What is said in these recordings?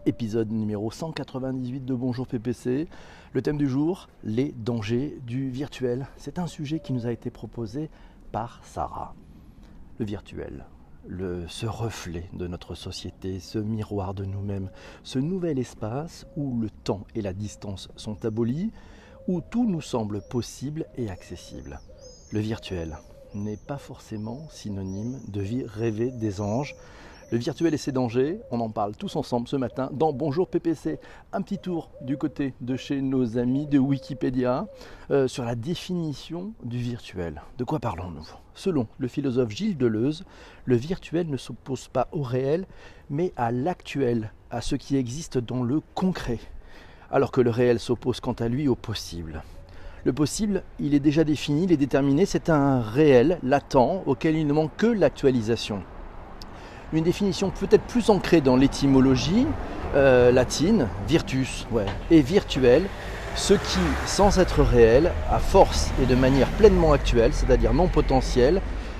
Épisode numéro 198 de Bonjour PPC. Le thème du jour, les dangers du virtuel. C'est un sujet qui nous a été proposé par Sarah. Le virtuel, ce reflet de notre société, ce miroir de nous-mêmes, ce nouvel espace où le temps et la distance sont abolis, où tout nous semble possible et accessible. Le virtuel n'est pas forcément synonyme de vie rêvée des anges. Le virtuel et ses dangers, on en parle tous ensemble ce matin dans Bonjour PPC. Un petit tour du côté de chez nos amis de Wikipédia sur la définition du virtuel. De quoi parlons-nous ? Selon le philosophe Gilles Deleuze, le virtuel ne s'oppose pas au réel, mais à l'actuel, à ce qui existe dans le concret, alors que le réel s'oppose quant à lui au possible. Le possible, il est déjà défini, il est déterminé, c'est un réel latent auquel il ne manque que l'actualisation. Une définition peut-être plus ancrée dans l'étymologie latine, virtus, et virtuel, ce qui, sans être réel, à force et de manière pleinement actuelle, c'est-à-dire non potentielle,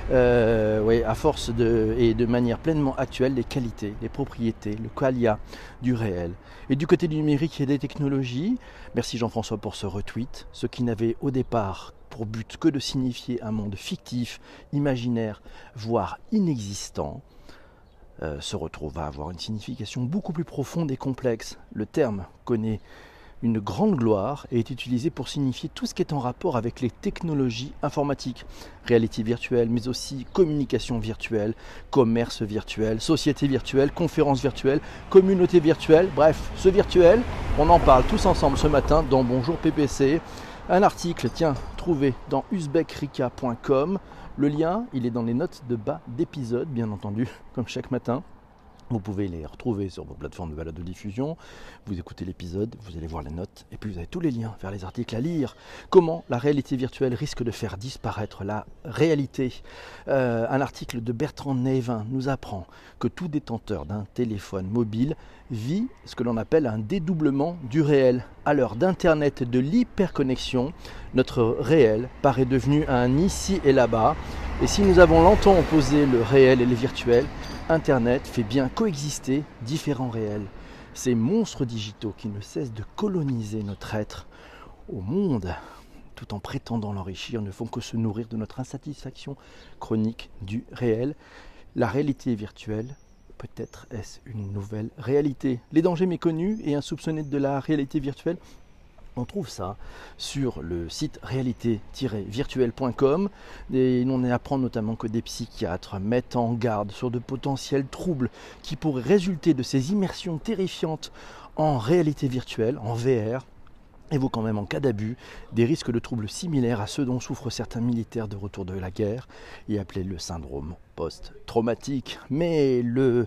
à force et de manière pleinement actuelle, les qualités, les propriétés, le qualia du réel. Et du côté du numérique et des technologies, merci Jean-François pour ce retweet, ce qui n'avait au départ pour but que de signifier un monde fictif, imaginaire, voire inexistant, se retrouve à avoir une signification beaucoup plus profonde et complexe. Le terme connaît une grande gloire et est utilisé pour signifier tout ce qui est en rapport avec les technologies informatiques, réalité virtuelle, mais aussi communication virtuelle, commerce virtuel, société virtuelle, conférence virtuelle, communauté virtuelle, bref, ce virtuel, on en parle tous ensemble ce matin dans Bonjour PPC. Un article, trouvé dans uzbekrika.com. Le lien, il est dans les notes de bas d'épisode, bien entendu, comme chaque matin. Vous pouvez les retrouver sur vos plateformes de balado-diffusion. Vous écoutez l'épisode, vous allez voir les notes, et puis vous avez tous les liens vers les articles à lire. Comment la réalité virtuelle risque de faire disparaître la réalité. Un article de Bertrand Neyvin nous apprend que tout détenteur d'un téléphone mobile vit ce que l'on appelle un dédoublement du réel. À l'heure d'Internet et de l'hyperconnexion, notre réel paraît devenu un ici et là-bas. Et si nous avons longtemps opposé le réel et le virtuel, Internet fait bien coexister différents réels. Ces monstres digitaux qui ne cessent de coloniser notre être au monde, tout en prétendant l'enrichir, ne font que se nourrir de notre insatisfaction chronique du réel. La réalité virtuelle, peut-être est-ce une nouvelle réalité. Les dangers méconnus et insoupçonnés de la réalité virtuelle, on trouve ça sur le site réalité-virtuelle.com et on y apprend notamment que des psychiatres mettent en garde sur de potentiels troubles qui pourraient résulter de ces immersions terrifiantes en réalité virtuelle, en VR, évoquant même en cas d'abus des risques de troubles similaires à ceux dont souffrent certains militaires de retour de la guerre et appelé le syndrome post-traumatique. Mais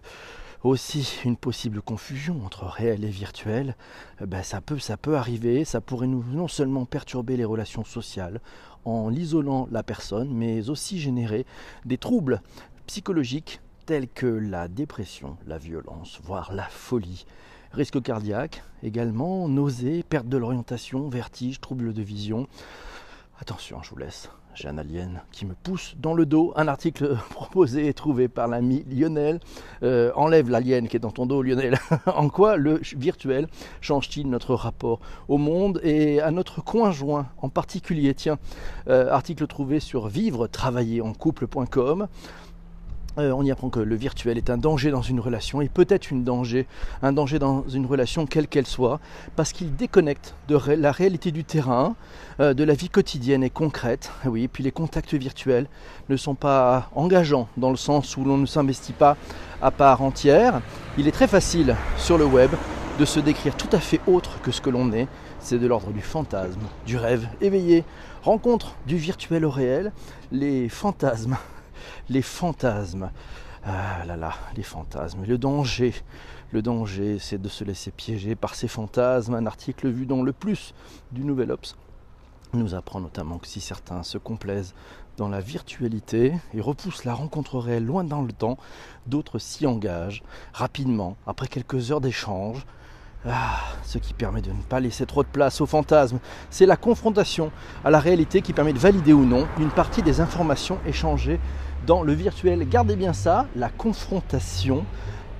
aussi une possible confusion entre réel et virtuel, ça peut arriver, ça pourrait non seulement perturber les relations sociales en isolant la personne, mais aussi générer des troubles psychologiques tels que la dépression, la violence, voire la folie. Risque cardiaque également, nausées, perte de l'orientation, vertige, troubles de vision. Attention, je vous laisse. J'ai un alien qui me pousse dans le dos. Un article proposé et trouvé par l'ami Lionel. Enlève l'alien qui est dans ton dos, Lionel. En quoi le virtuel change-t-il notre rapport au monde et à notre conjoint en particulier ? Article trouvé sur vivre-travailler-en-couple.com. On y apprend que le virtuel est un danger dans une relation et peut-être un danger dans une relation quelle qu'elle soit, parce qu'il déconnecte de la réalité du terrain, de la vie quotidienne et concrète. Oui, et puis les contacts virtuels ne sont pas engageants dans le sens où l'on ne s'investit pas à part entière. Il est très facile sur le web de se décrire tout à fait autre que ce que l'on est. C'est de l'ordre du fantasme, du rêve éveillé, rencontre du virtuel au réel, les fantasmes. Les fantasmes, les fantasmes, le danger, c'est de se laisser piéger par ces fantasmes. Un article vu dans le plus du Nouvel Obs nous apprend notamment que si certains se complaisent dans la virtualité et repoussent la rencontre réelle loin dans le temps, d'autres s'y engagent rapidement, après quelques heures d'échange. Ce qui permet de ne pas laisser trop de place aux fantasmes. C'est la confrontation à la réalité qui permet de valider ou non une partie des informations échangées dans le virtuel. Gardez bien ça, la confrontation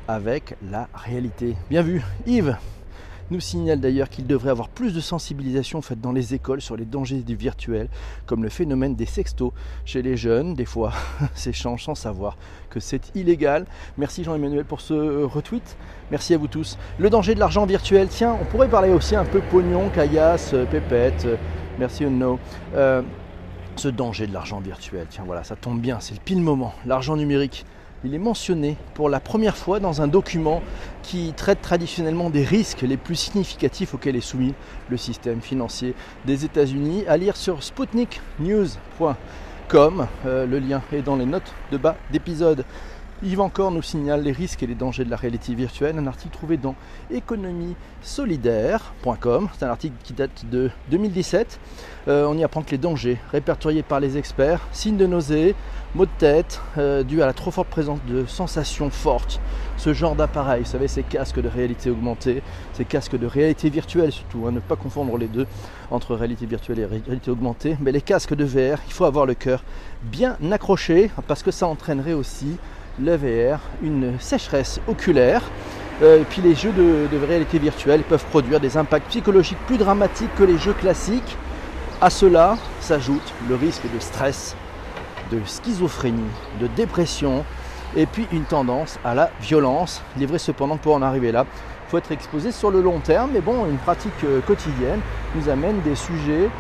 avec la réalité. Bien vu. Yves nous signale d'ailleurs qu'il devrait avoir plus de sensibilisation faite dans les écoles sur les dangers du virtuel, comme le phénomène des sextos chez les jeunes. Des fois, s'échangent sans savoir que c'est illégal. Merci Jean-Emmanuel pour ce retweet. Merci à vous tous. Le danger de l'argent virtuel. Tiens, on pourrait parler aussi un peu pognon, caillasse, pépette. Merci Unno. Ce danger de l'argent virtuel. Tiens, voilà, ça tombe bien, c'est le pile moment. L'argent numérique. Il est mentionné pour la première fois dans un document qui traite traditionnellement des risques les plus significatifs auxquels est soumis le système financier des États-Unis. À lire sur sputniknews.com. Le lien est dans les notes de bas d'épisode. Yves encore nous signale les risques et les dangers de la réalité virtuelle. Un article trouvé dans économiesolidaire.com. C'est un article qui date de 2017. On y apprend que les dangers répertoriés par les experts, signes de nausée, maux de tête, dus à la trop forte présence de sensations fortes. Ce genre d'appareil, vous savez, ces casques de réalité augmentée, ces casques de réalité virtuelle surtout, ne pas confondre les deux entre réalité virtuelle et réalité augmentée. Mais les casques de VR, il faut avoir le cœur bien accroché parce que ça entraînerait aussi le VR, une sécheresse oculaire. Et puis les jeux de réalité virtuelle peuvent produire des impacts psychologiques plus dramatiques que les jeux classiques. À cela s'ajoute le risque de stress, de schizophrénie, de dépression et puis une tendance à la violence. Il est vrai cependant que pour en arriver là, il faut être exposé sur le long terme. Mais bon, une pratique quotidienne nous amène des sujets,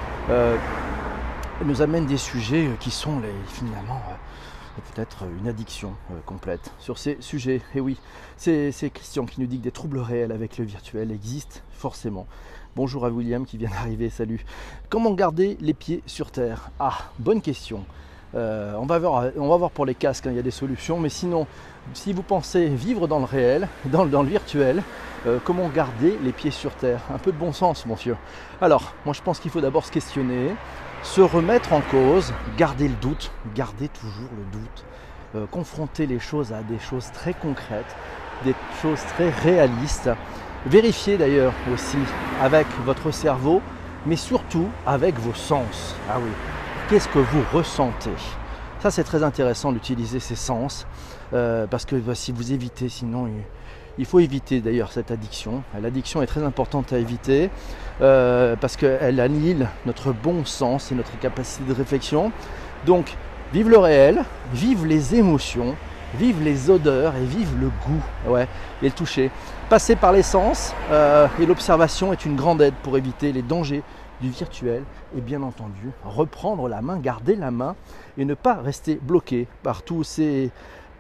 qui sont finalement peut-être une addiction complète sur ces sujets. Et oui, c'est Christian qui nous dit que des troubles réels avec le virtuel existent forcément. Bonjour à William qui vient d'arriver, salut. Comment garder les pieds sur terre? Ah, bonne question. On va voir pour les casques, il y a des solutions, mais sinon, si vous pensez vivre dans le réel, dans le virtuel, comment garder les pieds sur terre? Un peu de bon sens, monsieur. Alors, moi je pense qu'il faut d'abord se questionner, se remettre en cause, garder le doute, garder toujours le doute, confronter les choses à des choses très concrètes, des choses très réalistes. Vérifiez d'ailleurs aussi avec votre cerveau, mais surtout avec vos sens. Ah oui, qu'est-ce que vous ressentez? Ça c'est très intéressant d'utiliser ces sens, parce que si vous évitez, sinon il faut éviter d'ailleurs cette addiction. L'addiction est très importante à éviter parce qu'elle annihile notre bon sens et notre capacité de réflexion. Donc, vive le réel, vive les émotions, vive les odeurs et vive le goût, et le toucher. Passer par les sens et l'observation est une grande aide pour éviter les dangers du virtuel et bien entendu reprendre la main, garder la main et ne pas rester bloqué par tous ces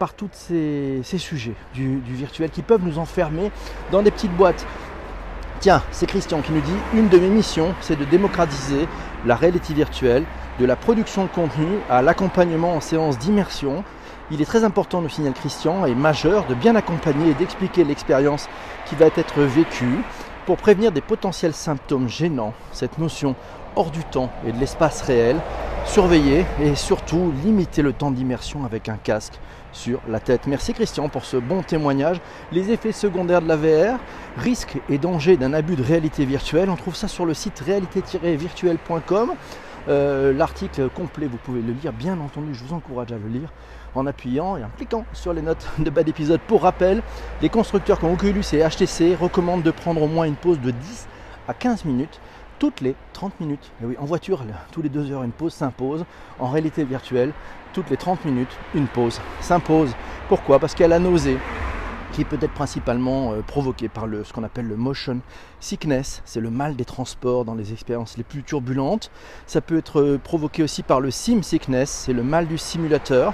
sujets du virtuel qui peuvent nous enfermer dans des petites boîtes. Tiens, c'est Christian qui nous dit « Une de mes missions, c'est de démocratiser la réalité virtuelle, de la production de contenu à l'accompagnement en séance d'immersion. Il est très important, nous signale Christian, et majeur de bien accompagner et d'expliquer l'expérience qui va être vécue pour prévenir des potentiels symptômes gênants. Cette notion hors du temps et de l'espace réel, surveiller et surtout limiter le temps d'immersion avec un casque sur la tête. » Merci Christian pour ce bon témoignage. Les effets secondaires de la VR, risques et dangers d'un abus de réalité virtuelle, on trouve ça sur le site réalité-virtuelle.com. L'article complet, vous pouvez le lire, bien entendu, je vous encourage à le lire en appuyant et en cliquant sur les notes de bas d'épisode. Pour rappel, les constructeurs comme Oculus et HTC recommandent de prendre au moins une pause de 10 à 15 minutes toutes les 30 minutes. Et oui, en voiture, tous les 2 heures, une pause s'impose. En réalité virtuelle, toutes les 30 minutes, une pause s'impose. Pourquoi? Parce qu'il y a la nausée qui peut être principalement provoquée par ce qu'on appelle le motion sickness. C'est le mal des transports dans les expériences les plus turbulentes. Ça peut être provoqué aussi par le sim sickness, c'est le mal du simulateur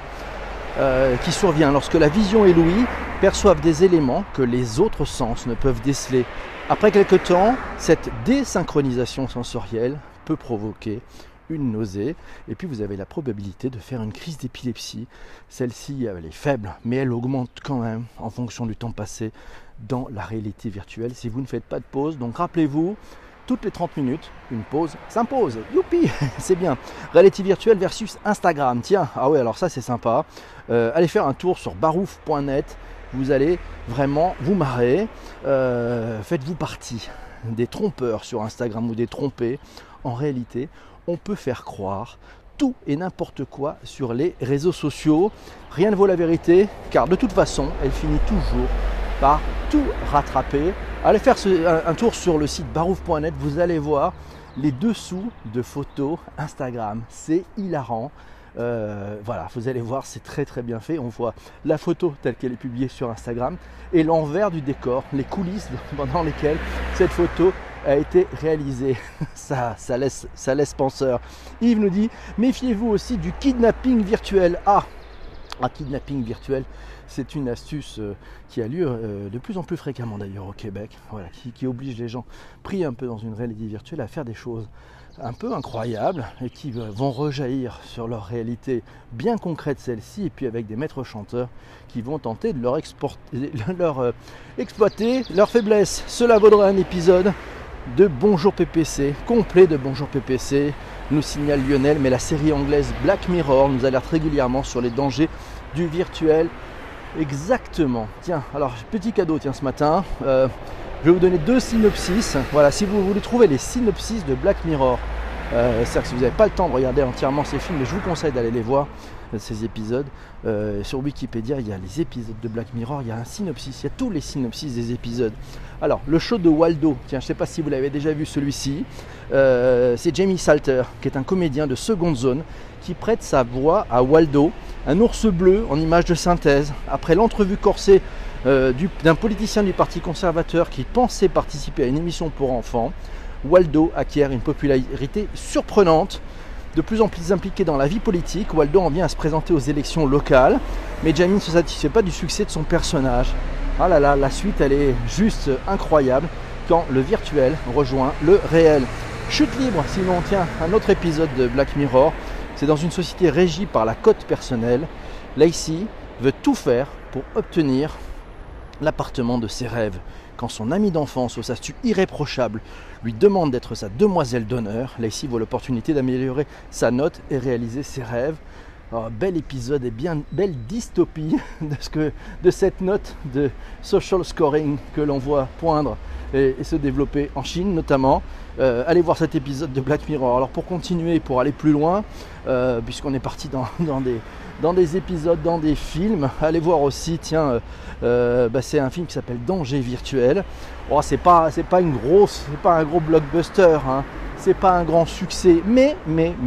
qui survient lorsque la vision et l'ouïe perçoivent des éléments que les autres sens ne peuvent déceler. Après quelque temps, cette désynchronisation sensorielle peut provoquer une nausée et puis vous avez la probabilité de faire une crise d'épilepsie. Celle-ci, elle est faible, mais elle augmente quand même en fonction du temps passé dans la réalité virtuelle si vous ne faites pas de pause. Donc rappelez-vous, toutes les 30 minutes, une pause s'impose. Youpi, c'est bien. Réalité virtuelle versus Instagram. Tiens, ah ouais, alors ça c'est sympa. Allez faire un tour sur barouf.net. Vous allez vraiment vous marrer. Faites-vous partie des trompeurs sur Instagram ou des trompés. En réalité, on peut faire croire tout et n'importe quoi sur les réseaux sociaux. Rien ne vaut la vérité, car de toute façon, elle finit toujours par tout rattraper. Allez faire un tour sur le site barouf.net, vous allez voir les dessous de photos Instagram, c'est hilarant. Voilà, vous allez voir, c'est très très bien fait. On voit la photo telle qu'elle est publiée sur Instagram et l'envers du décor, les coulisses dans lesquelles cette photo a été réalisée. Ça laisse penseur. Yves nous dit, méfiez-vous aussi du kidnapping virtuel. Un kidnapping virtuel, c'est une astuce qui a lieu de plus en plus fréquemment d'ailleurs au Québec, voilà, qui oblige les gens pris un peu dans une réalité virtuelle à faire des choses un peu incroyables et qui vont rejaillir sur leur réalité bien concrète celle-ci, et puis avec des maîtres chanteurs qui vont tenter de leur exploiter leur faiblesse. Cela vaudra un épisode de Bonjour PPC, complet de Bonjour PPC, nous signale Lionel, mais la série anglaise Black Mirror nous alerte régulièrement sur les dangers du virtuel. Exactement. Tiens, alors petit cadeau ce matin, je vais vous donner 2 synopsis. Voilà, si vous voulez trouver les synopsis de Black Mirror, c'est-à-dire que si vous n'avez pas le temps de regarder entièrement ces films, mais je vous conseille d'aller les voir, ces épisodes. Sur Wikipédia, il y a les épisodes de Black Mirror, il y a un synopsis, il y a tous les synopsis des épisodes. Alors, le show de Waldo, tiens, je ne sais pas si vous l'avez déjà vu celui-ci, c'est Jamie Salter, qui est un comédien de seconde zone, qui prête sa voix à Waldo, un ours bleu en image de synthèse, après l'entrevue corsée d'un politicien du Parti conservateur qui pensait participer à une émission pour enfants. Waldo acquiert une popularité surprenante. De plus en plus impliqué dans la vie politique, Waldo en vient à se présenter aux élections locales, mais Jamie ne se satisfait pas du succès de son personnage. Ah là là, la suite elle est juste incroyable quand le virtuel rejoint le réel. Chute libre, sinon tiens, un autre épisode de Black Mirror, c'est dans une société régie par la cote personnelle. Lacey veut tout faire pour obtenir l'appartement de ses rêves. Quand son ami d'enfance, au statut irréprochable, lui demande d'être sa demoiselle d'honneur, Lacey voit l'opportunité d'améliorer sa note et réaliser ses rêves. Alors, bel épisode et bien belle dystopie de cette note de social scoring que l'on voit poindre et se développer en Chine notamment. Allez voir cet épisode de Black Mirror. Alors pour continuer, pour aller plus loin, puisqu'on est parti dans des épisodes, dans des films, allez voir aussi, tiens, c'est un film qui s'appelle Danger virtuel. Oh, c'est pas un gros blockbuster, hein. C'est pas un grand succès, mais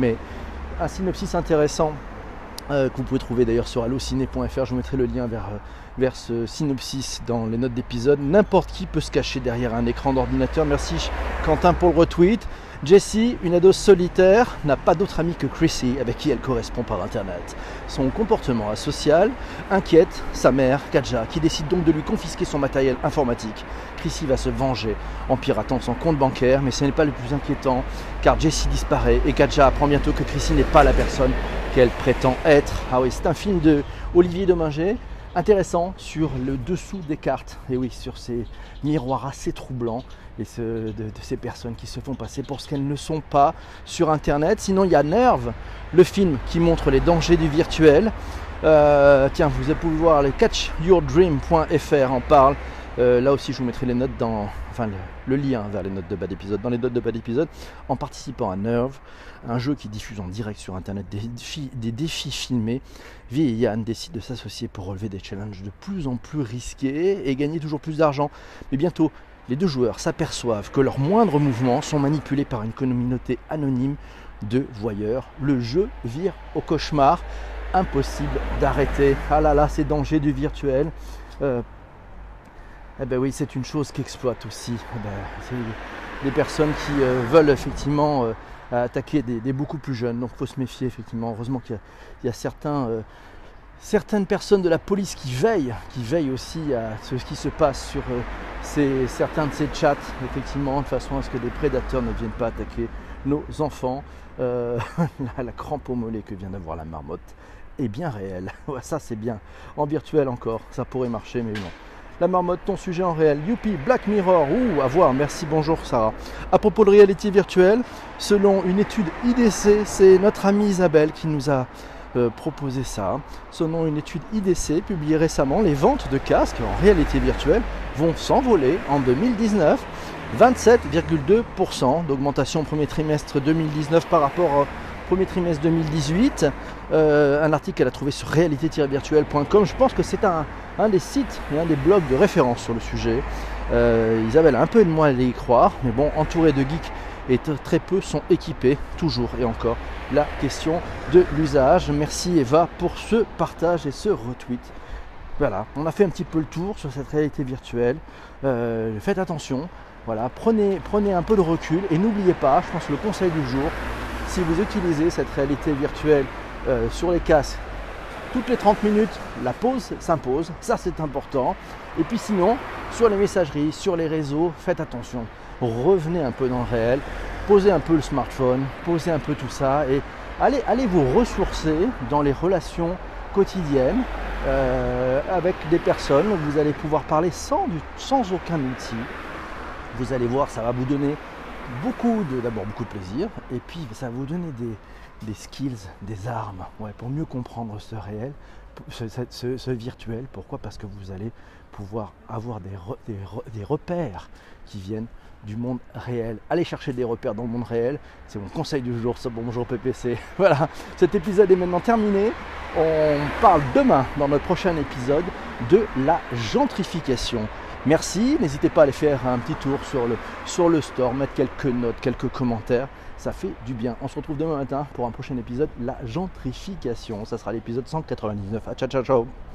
un synopsis intéressant que vous pouvez trouver d'ailleurs sur allociné.fr. Je vous mettrai le lien vers ce synopsis dans les notes d'épisode. N'importe qui peut se cacher derrière un écran d'ordinateur. Merci Quentin pour le retweet. Jessie, une ado solitaire, n'a pas d'autre amie que Chrissy avec qui elle correspond par internet. Son comportement asocial inquiète sa mère, Katja, qui décide donc de lui confisquer son matériel informatique. Chrissy va se venger en piratant son compte bancaire, mais ce n'est pas le plus inquiétant car Jessie disparaît et Katja apprend bientôt que Chrissy n'est pas la personne qu'elle prétend être. Ah oui, c'est un film de Olivier Dominger, intéressant sur le dessous des cartes, et oui, sur ces miroirs assez troublants et de ces personnes qui se font passer pour ce qu'elles ne sont pas sur internet. Sinon il y a Nerve, le film qui montre les dangers du virtuel. Tiens, vous pouvez voir le catchyourdream.fr en parle. Là aussi je vous mettrai les notes le lien vers les notes de bas d'épisode, dans les notes de bas d'épisode, en participant à Nerve, un jeu qui diffuse en direct sur internet des défis filmés. Vi et Yann décident de s'associer pour relever des challenges de plus en plus risqués et gagner toujours plus d'argent. Mais bientôt, les deux joueurs s'aperçoivent que leurs moindres mouvements sont manipulés par une communauté anonyme de voyeurs. Le jeu vire au cauchemar, impossible d'arrêter. Ah là là, ces dangers du virtuel. Eh ben oui, c'est une chose qu'exploitent aussi c'est des personnes qui veulent effectivement attaquer des beaucoup plus jeunes. Donc il faut se méfier effectivement. Heureusement qu'il y a certaines personnes de la police qui veillent aussi à ce qui se passe sur certains de ces chats, effectivement, de façon à ce que des prédateurs ne viennent pas attaquer nos enfants. La crampe au mollet que vient d'avoir la marmotte est bien réelle. Ouais, ça c'est bien. En virtuel encore, ça pourrait marcher, mais non. La marmotte, ton sujet en réel. Youpi, Black Mirror, à voir, merci, bonjour Sarah. À propos de réalité virtuelle, selon une étude IDC, c'est notre amie Isabelle qui nous a proposé ça. Selon une étude IDC publiée récemment, les ventes de casques en réalité virtuelle vont s'envoler en 2019. 27,2% d'augmentation au premier trimestre 2019 par rapport premier trimestre 2018. Un article qu'elle a trouvé sur réalité-virtuelle.com. Je pense que c'est un des sites et un des blogs de référence sur le sujet. Isabelle a un peu de mal à y croire, mais bon, entourée de geeks et très peu sont équipés, toujours et encore. La question de l'usage. Merci Eva pour ce partage et ce retweet. Voilà, on a fait un petit peu le tour sur cette réalité virtuelle. Faites attention, voilà, prenez un peu de recul et n'oubliez pas, je pense le conseil du jour, si vous utilisez cette réalité virtuelle sur les casques, toutes les 30 minutes, la pause s'impose, ça c'est important. Et puis sinon, sur les messageries, sur les réseaux, faites attention. Revenez un peu dans le réel, posez un peu le smartphone, posez un peu tout ça et allez vous ressourcer dans les relations quotidiennes avec des personnes. Vous allez pouvoir parler sans aucun outil. Vous allez voir, ça va vous donner d'abord beaucoup de plaisir et puis ça va vous donner des skills, des armes pour mieux comprendre ce réel, ce virtuel. Pourquoi ? Parce que vous allez pouvoir avoir des repères qui viennent du monde réel. Allez chercher des repères dans le monde réel, c'est mon conseil du jour sur Bonjour PPC. Voilà, cet épisode est maintenant terminé. On parle demain dans notre prochain épisode de la gentrification. Merci, n'hésitez pas à aller faire un petit tour sur le store, mettre quelques notes, quelques commentaires, ça fait du bien. On se retrouve demain matin pour un prochain épisode, la gentrification. Ça sera l'épisode 199. Ciao, ciao, ciao.